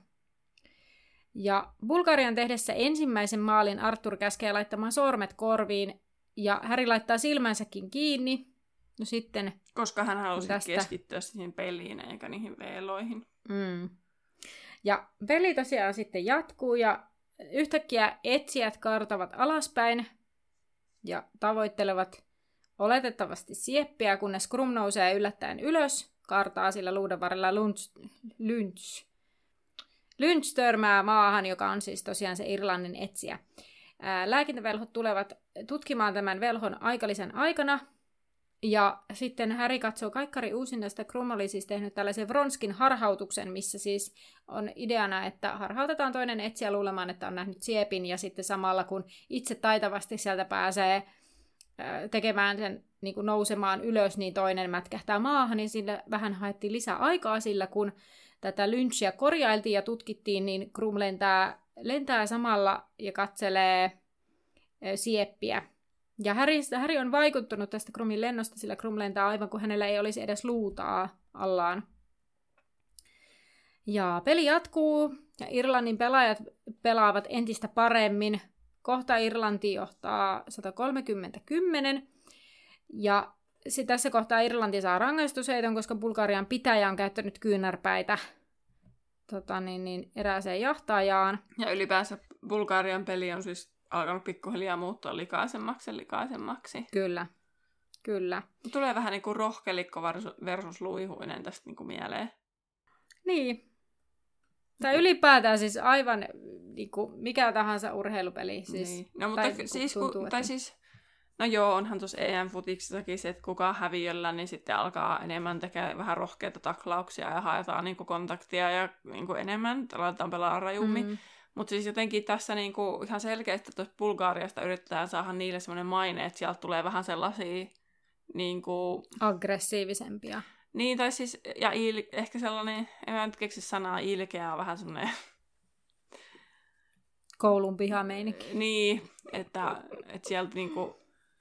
Ja Bulgarian tehdessä ensimmäisen maalin Arthur käskee laittamaan sormet korviin, ja Harry laittaa silmänsäkin kiinni. No sitten,
koska hän halusi
tästä
keskittyä siihen peliin eikä niihin veeloihin.
Mm. Ja peli tosiaan sitten jatkuu, ja yhtäkkiä etsijät kartavat alaspäin ja tavoittelevat oletettavasti sieppiä, kunnes Krum nousee yllättäen ylös, kaartaa sillä luudan varrella Lynch, Lynch. Lynch törmää maahan, joka on siis tosiaan se Irlannin etsijä. Ää, lääkintävelhot tulevat tutkimaan tämän velhon aikalisen aikana, ja sitten Harry katsoo kaikkari uusinnasta. Krum oli siis tehnyt tällaisen Vronskin harhautuksen, missä siis on ideana, että harhautetaan toinen etsijä luulemaan, että on nähnyt siepin, ja sitten samalla kun itse taitavasti sieltä pääsee tekemään sen niin kuin nousemaan ylös, niin toinen mätkähtää maahan, niin sillä vähän haettiin lisää aikaa sillä, kun tätä lynchia korjailtiin ja tutkittiin, niin Krum lentää, lentää samalla ja katselee sieppiä. Ja Harry, Harry on vaikuttunut tästä Krumin lennosta, sillä Krum lentää aivan kuin hänellä ei olisi edes luutaa allaan. Ja peli jatkuu, ja Irlannin pelaajat pelaavat entistä paremmin. Kohta Irlanti johtaa sata kolmekymmentä kymmenen, ja tässä kohtaa Irlanti saa rangaistusheiton, koska Bulgarian pitäjä on käyttänyt kyynärpäitä tota, niin, niin, erääseen jahtajaan.
Ja ylipäänsä Bulgarian peli on siis alkanut pikkuhiljaa muuttua likaisemmaksi ja likaisemmaksi.
Kyllä, kyllä.
Tulee vähän niin kuin rohkelikko versus luihuinen tästä niin kuin mieleen.
Niin. Tai ylipäätään siis aivan niin kuin mikä tahansa urheilupeli. Siis,
niin. No mutta
tai,
siis,
tuntuu,
kun,
että...
tai siis, no joo, onhan tuossa E M-futiksessakin se, että kuka häviöllä, niin sitten alkaa enemmän tekemään vähän rohkeita taklauksia ja haetaan niin kuin kontaktia ja niin kuin enemmän, aletaan pelaa rajummin. Mm. Mutta siis jotenkin tässä niinku ihan selkeästi tuosta Bulgariasta yritetään saada niille semmoinen maine, että sieltä tulee vähän sellaisia niinku...
aggressiivisempia.
Niin, tai siis, ja il... ehkä sellainen, en mä nyt keksi sanaa, ilkeä on vähän semmoinen...
Koulun pihameininki.
Niin, että, että sieltä niinku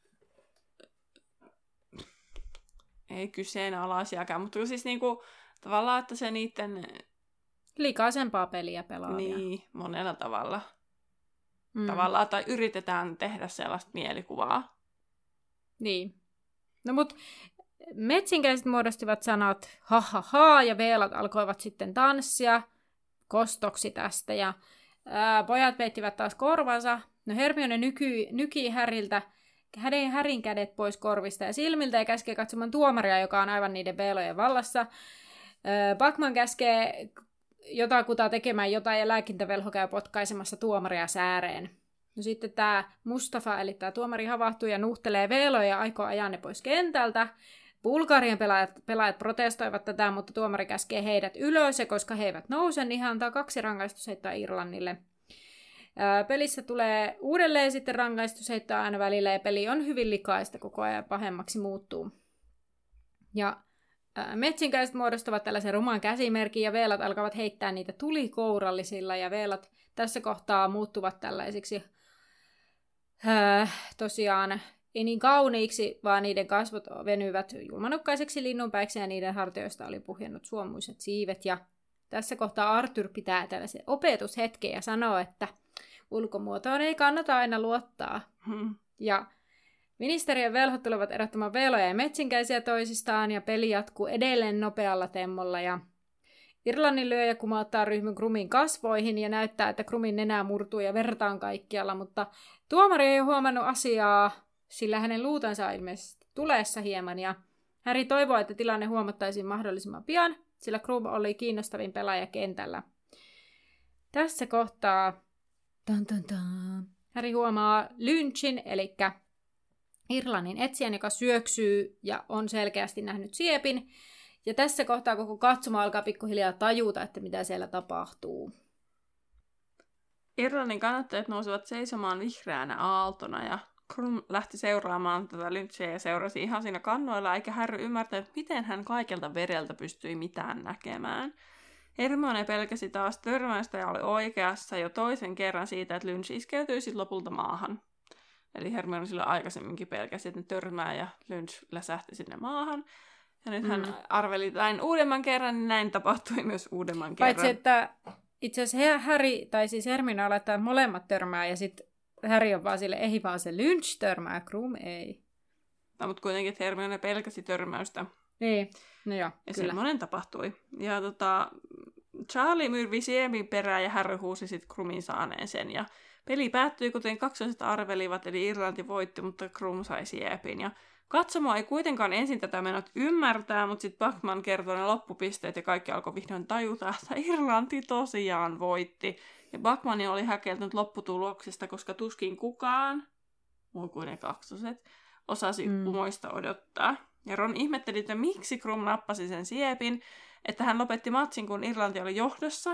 ei kyseenalaisiakaan, mutta siis niinku tavallaan, että se niiden
likaisempaa peliä pelaa.
Niin, monella tavalla.
Mm.
Tavallaan, tai yritetään tehdä sellaista mielikuvaa.
Niin. No mut metsinkäiset muodostivat sanat ha ha ha ja veelat alkoivat sitten tanssia kostoksi tästä ja ää, pojat peittivät taas korvansa. No Hermione nyky, nykii Häriltä hänen Härin kädet pois korvista ja silmiltä ja käskee katsomaan tuomaria, joka on aivan niiden veelojen vallassa. Ää, Buckman käskee jotakuta tekemään jotain ja lääkintävelho käy potkaisemassa tuomaria sääreen. No sitten tämä Mustafa, eli tämä tuomari havahtuu ja nuhtelee veeloja ja aikoo ajaa ne pois kentältä. Bulgarian pelaajat, pelaajat protestoivat tätä, mutta tuomari käskee heidät ylös ja koska he eivät nouse, niin hän antaa kaksi rangaistusheittoa Irlannille. Ää, pelissä tulee uudelleen sitten rangaistusheittoa aina välillä ja peli on hyvin likaista, koko ajan pahemmaksi muuttuu. Ja metsinkäiset muodostavat tällaisen ruman käsimerkin ja veelat alkavat heittää niitä tulikourallisilla ja veelat tässä kohtaa muuttuvat tällaisiksi äh, tosiaan ei niin kauniiksi, vaan niiden kasvot venyvät julmanokkaiseksi linnunpäiksi ja niiden hartioista oli puhjennut suomuiset siivet. Ja tässä kohtaa Arthur pitää tällaisen opetushetken ja sanoo, että ulkomuotoon ei kannata aina luottaa.
Hmm.
Ja ministeriön velhot tulevat erottamaan veeloja ja metsinkäisiä toisistaan, ja peli jatkuu edelleen nopealla temmolla, ja Irlannin lyöjä kumauttaa ryhmän Krumin kasvoihin, ja näyttää, että Krumin nenä murtuu ja verta on kaikkialla, mutta tuomari ei ole huomannut asiaa, sillä hänen luutansa on ilmeisesti tulessa hieman, ja Harry toivoo, että tilanne huomattaisiin mahdollisimman pian, sillä Krum oli kiinnostavin pelaaja kentällä. Tässä kohtaa tan, tan, tan, Harry huomaa Lynchin, eli Irlannin etsijän, joka syöksyy ja on selkeästi nähnyt siepin. Ja tässä kohtaa koko katsoma alkaa pikkuhiljaa tajuta, että mitä siellä tapahtuu.
Irlannin kannattajat nousivat seisomaan vihreänä aaltona ja Krum lähti seuraamaan tätä Lynchia ja seurasi ihan siinä kannoilla, eikä Harry ymmärtänyt, miten hän kaikelta vereltä pystyi mitään näkemään. Hermione pelkäsi taas törmäystä ja oli oikeassa jo toisen kerran siitä, että Lynch iskeytyi sitten lopulta maahan. Eli Hermione silloin aikaisemminkin pelkäsi, että ne törmää ja Lynch läsähti sinne maahan. Ja nyt hän mm. arveli näin uudemman kerran, niin näin tapahtui myös uudemman kerran.
Paitsi, että itse asiassa Harry, tai siis Hermione aloittaa molemmat törmää, ja sitten Harry on vaan sille, ei vaan se Lynch törmää, Krum ei.
No, mutta kuitenkin Hermione pelkäsi törmäystä.
Niin, no joo,
ja
kyllä.
semmoinen tapahtui. Ja tota, Charlie myrvi siepin perään ja Harry huusi sitten Krumin saaneen sen. Ja peli päättyi, kuten kaksoset arvelivat, eli Irlanti voitti, mutta Krum sai siepin. Ja katsomo ei kuitenkaan ensin tätä mennyt ymmärtää, mutta sitten Buckman kertoi ne loppupisteet ja kaikki alkoi vihdoin tajuta, että Irlanti tosiaan voitti. Ja Buckman oli häkeltynyt lopputuloksesta, koska tuskin kukaan, muu kuin ne kaksoset, osasi mm. kumoista odottaa. Ja Ron ihmetteli, että miksi Krum nappasi sen siepin, että hän lopetti matsin, kun Irlanti oli johdossa.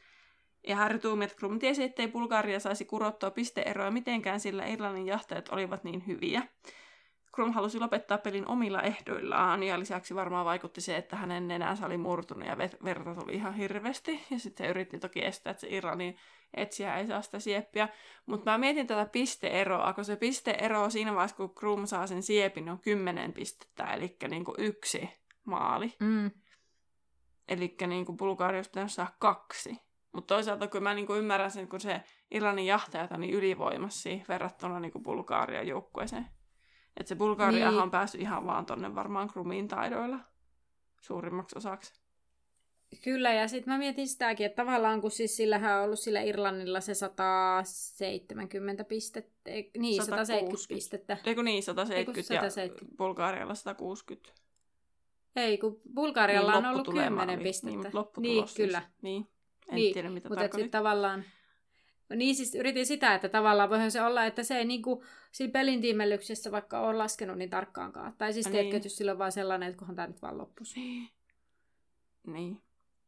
Ja Harry tuumi, että Krum tiesi, ettei Bulgaria saisi kurottua pisteeroa mitenkään, sillä Irlannin jahtajat olivat niin hyviä. Krum halusi lopettaa pelin omilla ehdoillaan, ja lisäksi varmaan vaikutti se, että hänen nenänsä oli murtunut ja verta tuli ihan hirveästi. Ja sitten se yritti toki estää, että se Irlannin etsijä ei saa sitä sieppiä. Mutta mä mietin tätä pisteeroa, kun se pisteero siinä vaiheessa, kun Krum saa sen siepin, on kymmenen pistettä, eli niinku yksi maali.
Mm.
Eli niinku Bulgaria olisi pitänyt saada kaksi. Mutta toisaalta kun mä niinku ymmärrän sen, kun se Irlannin jahtajat on niin ylivoimaisia verrattuna niinku Bulgarian joukkueeseen. Että se Bulgariahan niin on päässyt ihan vaan tonne varmaan Krumin taidoilla suurimmaksi osaksi.
Kyllä, ja sitten mä mietin sitäkin, että tavallaan kun siis sillähän on ollut sillä Irlannilla se sata seitsemänkymmentä pistettä, niin sata seitsemänkymmentä pistettä.
Eikö niin, sata seitsemänkymmentä ja sata seitsemänkymmentä. Bulgarialla sata kuusikymmentä.
Ei, kun Bulgarialla
niin,
on ollut kymmenen
oli,
pistettä.
Niin, mutta niin,
kyllä.
Niin, en
niin,
tiedä mitä
mutta
tarkoitit.
tavallaan niin siis yritin sitä, että tavallaan voihan se olla, että se ei niinku siinä pelin tiimellyksessä vaikka ole laskenut niin tarkkaankaan. Tai siis tiedätkö, niin. Että jos sillä on vaan sellainen, että kunhan tämä nyt vaan loppuisi.
Niin. niin.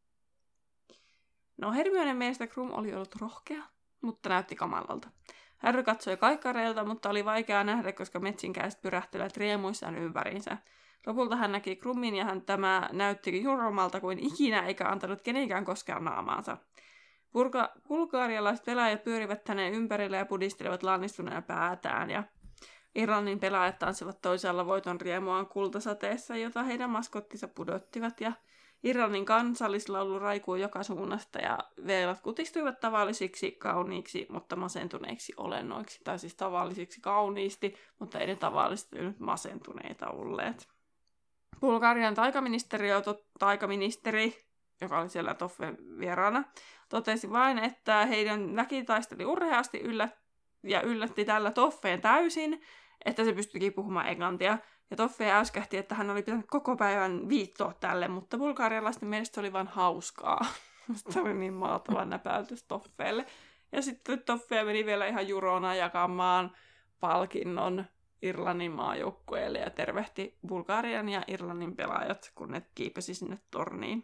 No Hermionen mielestä Krum oli ollut rohkea, mutta näytti kamalalta. Harry katsoi kaikkareilta, mutta oli vaikea nähdä, koska metsinkäiset pyrähtelivät riemuissaan ympäriinsä. Lopulta hän näki Krumin ja hän tämä näytti jurromalta kuin ikinä, eikä antanut kenenkään koskea naamaansa. Bulga- bulgarialaiset pelaajat pyörivät hänen ympärillä ja pudistelevat lannistuneena päätään. Ja Irlannin pelaajat tanssivat toisaalla voiton riemuaan kultasateessa, jota heidän maskottinsa pudottivat. Ja Irlannin kansallislaulu raikui joka suunnasta ja veelat kutistuivat tavallisiksi kauniiksi, mutta masentuneiksi olennoiksi. Tai siis tavallisiksi kauniisti, mutta ei ne tavallisesti nyt masentuneita olleet. Bulgarian taikaministeri, taikaministeri, joka oli siellä Toffen vieraana, totesi vain, että heidän väki taisteli urheasti yllä, ja yllätti tällä Toffeen täysin, että se pystyikin puhumaan englantia. Ja Toffe äyskähti, että hän oli pitänyt koko päivän viittoa tälle, mutta bulgarialaisten mielestä se oli vaan hauskaa. Se oli niin maatava näpäytys Toffeelle. Ja sitten Toffe meni vielä ihan jurona jakamaan palkinnon Irlannin maajoukkueelle ja tervehti Bulgarian ja Irlannin pelaajat, kun ne kiipesi sinne torniin.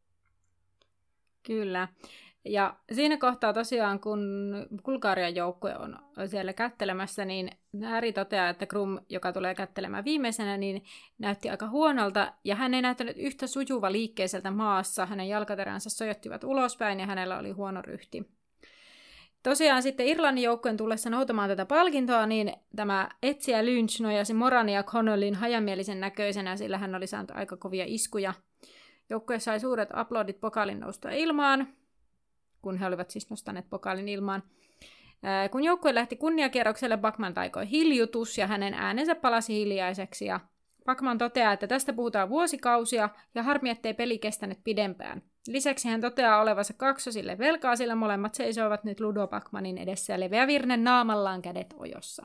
Kyllä. Ja siinä kohtaa tosiaan, kun Bulgarian joukkue on siellä kättelemässä, niin Harry toteaa, että Krum, joka tulee kättelemään viimeisenä, niin näytti aika huonolta, ja hän ei näyttänyt yhtä sujuva liikkeiseltä maassa. Hänen jalkateränsä sojottivat ulospäin, ja hänellä oli huono ryhti. Tosiaan sitten Irlannin joukkueen tullessa noutamaan tätä palkintoa, niin tämä etsijä Lynch nojasi Morania Connellin hajamielisen näköisenä, sillä hän oli saanut aika kovia iskuja. Joukkue sai suuret aplodit pokaalin noustua ilmaan, kun he olivat siis nostaneet pokaalin ilmaan. Ää, kun joukkue lähti kunniakierrokselle, Backman taikoi hiljutus ja hänen äänensä palasi hiljaiseksi. Ja Backman toteaa, että tästä puhutaan vuosikausia ja harmi, ettei peli kestänyt pidempään. Lisäksi hän toteaa olevansa kaksosille velkaa, sillä molemmat seisoivat nyt Ludo Backmanin edessä ja leveä virne naamallaan kädet ojossa.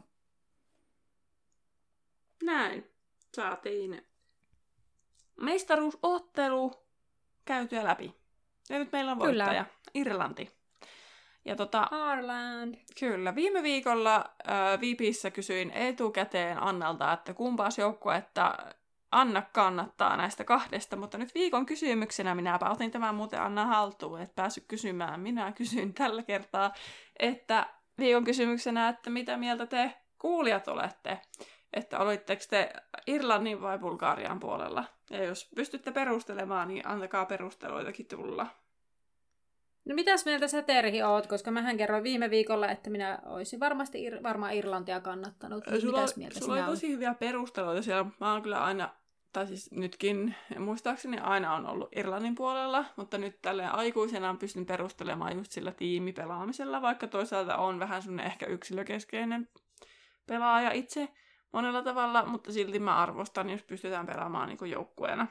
Näin. Saatiin mestaruusottelu käytyä läpi. Ja nyt meillä on voittaja. Kyllä. Irlanti. Ja tota,
Ireland.
Kyllä. Viime viikolla äh, V P:ssä kysyin etukäteen Annalta, että kumpaas joukkuetta Anna kannattaa näistä kahdesta, mutta nyt viikon kysymyksenä minäpä otin tämän muuten Anna haltuun, et päässyt kysymään. Minä kysyn tällä kertaa, että viikon kysymyksenä, että mitä mieltä te kuulijat olette? Että olitteko te Irlannin vai Bulgarian puolella? Ja jos pystytte perustelemaan, niin antakaa perusteluitakin tulla.
No mitäs mieltä sä Terhi oot, koska mähän kerroin viime viikolla, että minä olisin varmasti ir- varmaan Irlantia kannattanut.
Sulla,
mitäs mieltä
sulla
sinä
on tosi hyviä perusteluita siellä. Mä oon kyllä aina, tai siis nytkin, muistaakseni aina on ollut Irlannin puolella, mutta nyt tälleen aikuisena pystyn perustelemaan just sillä tiimipelaamisella, vaikka toisaalta on vähän semmoinen ehkä yksilökeskeinen pelaaja itse monella tavalla, mutta silti mä arvostan, jos pystytään pelaamaan niin kuin joukkueena.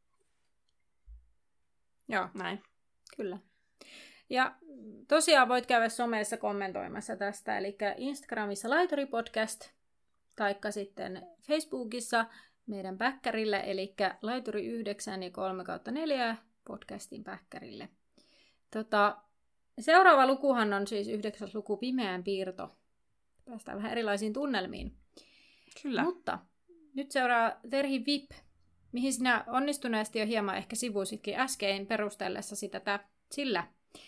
Joo.
Näin.
Kyllä. Ja tosiaan voit käydä somessa kommentoimassa tästä, eli Instagramissa Laituri Podcast, taikka sitten Facebookissa meidän päkkärille, eli Laituri yhdeksän ja kolme kautta neljä podcastin päkkärille. Tota, seuraava lukuhan on siis yhdeksäs luku Pimeän piirto. Päästään vähän erilaisiin tunnelmiin.
Kyllä.
Mutta nyt seuraa Terhi V I P, mihin sinä onnistuneesti jo hieman ehkä sivuisitkin äskein perustellessa sitä tä- sillä.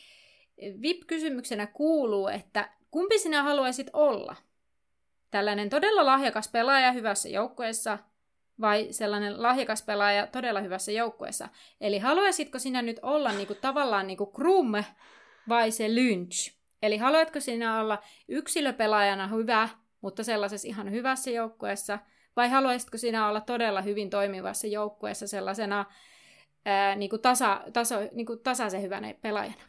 V I P-kysymyksenä kuuluu, että kumpi sinä haluaisit olla? Tällainen todella lahjakas pelaaja hyvässä joukkueessa vai sellainen lahjakas pelaaja todella hyvässä joukkueessa? Eli haluaisitko sinä nyt olla niinku, tavallaan niinku Krum vai se Lynch? Eli haluatko sinä olla yksilöpelaajana hyvä, mutta sellaisessa ihan hyvässä joukkueessa? Vai haluaisitko sinä olla todella hyvin toimivassa joukkueessa sellaisena ää, niinku tasa, taso, niinku tasaisen hyvänä pelaajana?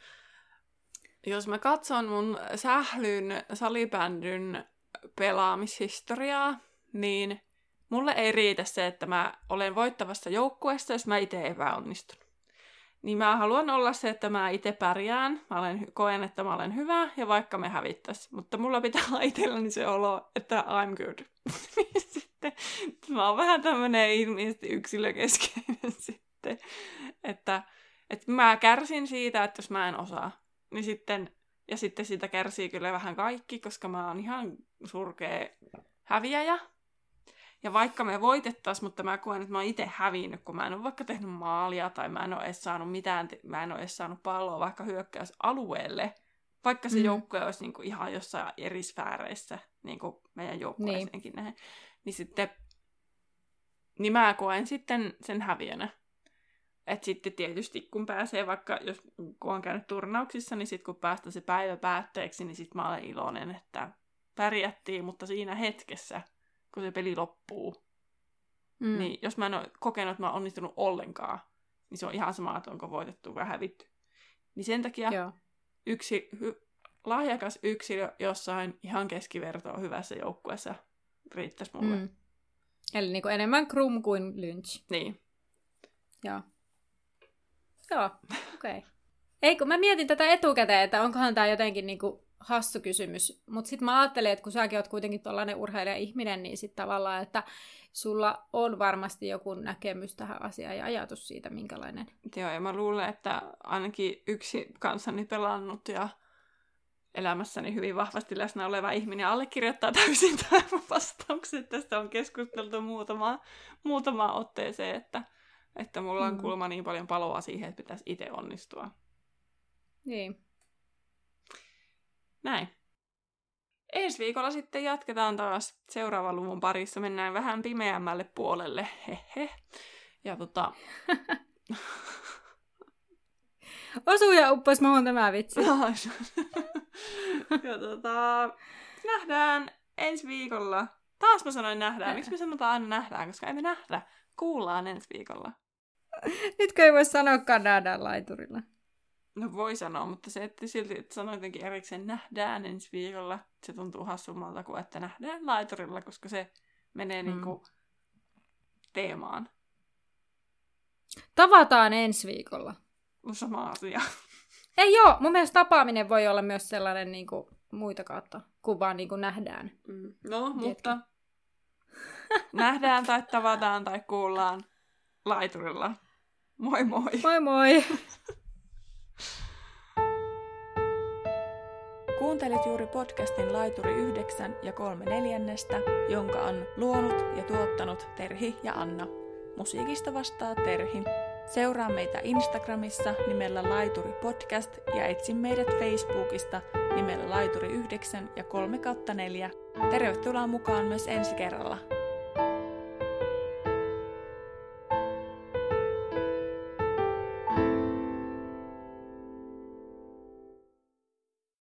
Jos mä katson mun sählyn salibändyn pelaamishistoriaa, niin mulle ei riitä se, että mä olen voittavassa joukkueessa, jos mä itse epäonnistun. Niin mä haluan olla se, että mä itse pärjään, mä olen, koen, että mä olen hyvä, ja vaikka me hävittäis. Mutta mulla pitää olla itselläni se olo, että I'm good. Sitten mä oon vähän tämmönen ilmeisesti yksilökeskeinen sitten, että, että mä kärsin siitä, että jos mä en osaa. Niin sitten, ja sitten siitä kärsii kyllä vähän kaikki, koska mä oon ihan surkea häviäjä. Ja vaikka me voitettaisiin, mutta mä koen, että mä oon itse hävinnyt, kun mä en ole vaikka tehnyt maalia, tai mä en ole edes saanut mitään, mä en ole edes saanut palloa vaikka hyökkäysalueelle, vaikka se mm. joukkue olisi niinku ihan jossain eri sfääreissä, niin kuin meidän joukkueeseenkin niin. näin. Niin sitten, niin mä koen sitten sen häviönä. että sitten tietysti kun pääsee vaikka, jos kun on käynyt turnauksissa, niin sitten kun päästään se päivä päätteeksi, niin sitten mä olen iloinen, että pärjättiin, mutta siinä hetkessä, kun se peli loppuu, mm. niin jos mä en ole kokenut, että mä oon onnistunut ollenkaan, niin se on ihan sama, että onko voitettu vai hävitty. Niin sen takia Joo. yksi hy- lahjakas yksilö jossain ihan keskivertoa hyvässä joukkueessa riittäisi mulle. Mm.
Eli niin kuin enemmän Krum kuin Lynch.
Niin.
Joo. Joo, okei. Okay. Ei, kun mä mietin tätä etukäteen, että onkohan tää jotenkin niinku hassu kysymys. Mutta sitten mä ajattelin, että kun säkin oot kuitenkin tollainen urheilija-ihminen, niin sitten tavallaan, että sulla on varmasti joku näkemys tähän asiaan ja ajatus siitä, minkälainen.
Joo, ja mä luulen, että ainakin yksi kanssani pelannut ja elämässäni hyvin vahvasti läsnä oleva ihminen allekirjoittaa täysin tämän vastauksen. Tästä on keskusteltu muutama, muutama otteeseen, että, että mulla on mm. kulma niin paljon paloa siihen, että pitäisi itse onnistua.
Niin.
Näin. Ensi viikolla sitten jatketaan taas seuraavan luvun parissa. Mennään vähän pimeämmälle puolelle. Hehe. Ja tota...
Osuu ja uppos muuhun tämä vitsi.
Ja tota... Nähdään ensi viikolla. Taas mä sanoin nähdään. Miksi me sanotaan aina nähdään? Koska emme nähdä. Kuullaan ensi viikolla.
Nytkö ei voi sanoakaan nähdään laiturilla?
No voi sanoa, mutta se, että silti että sanoo jotenkin erikseen nähdään ensi viikolla, se tuntuu hassummalta kuin että nähdään laiturilla, koska se menee mm. niinku teemaan.
Tavataan ensi viikolla.
No sama asia.
Ei joo, mun mielestä tapaaminen voi olla myös sellainen niinku muita kautta, kun vaan niinku nähdään.
Mm. No, Tiedätkö? Mutta nähdään tai tavataan tai kuullaan laiturilla. Moi moi!
Moi moi!
Kuuntelet juuri podcastin Laituri yhdeksän ja kolme neljännestä, jonka on luonut ja tuottanut Terhi ja Anna. Musiikista vastaa Terhi. Seuraa meitä Instagramissa nimellä Laituri Podcast ja etsi meidät Facebookista nimellä Laituri yhdeksän ja kolme kautta neljä. Tervetuloa mukaan myös ensi kerralla.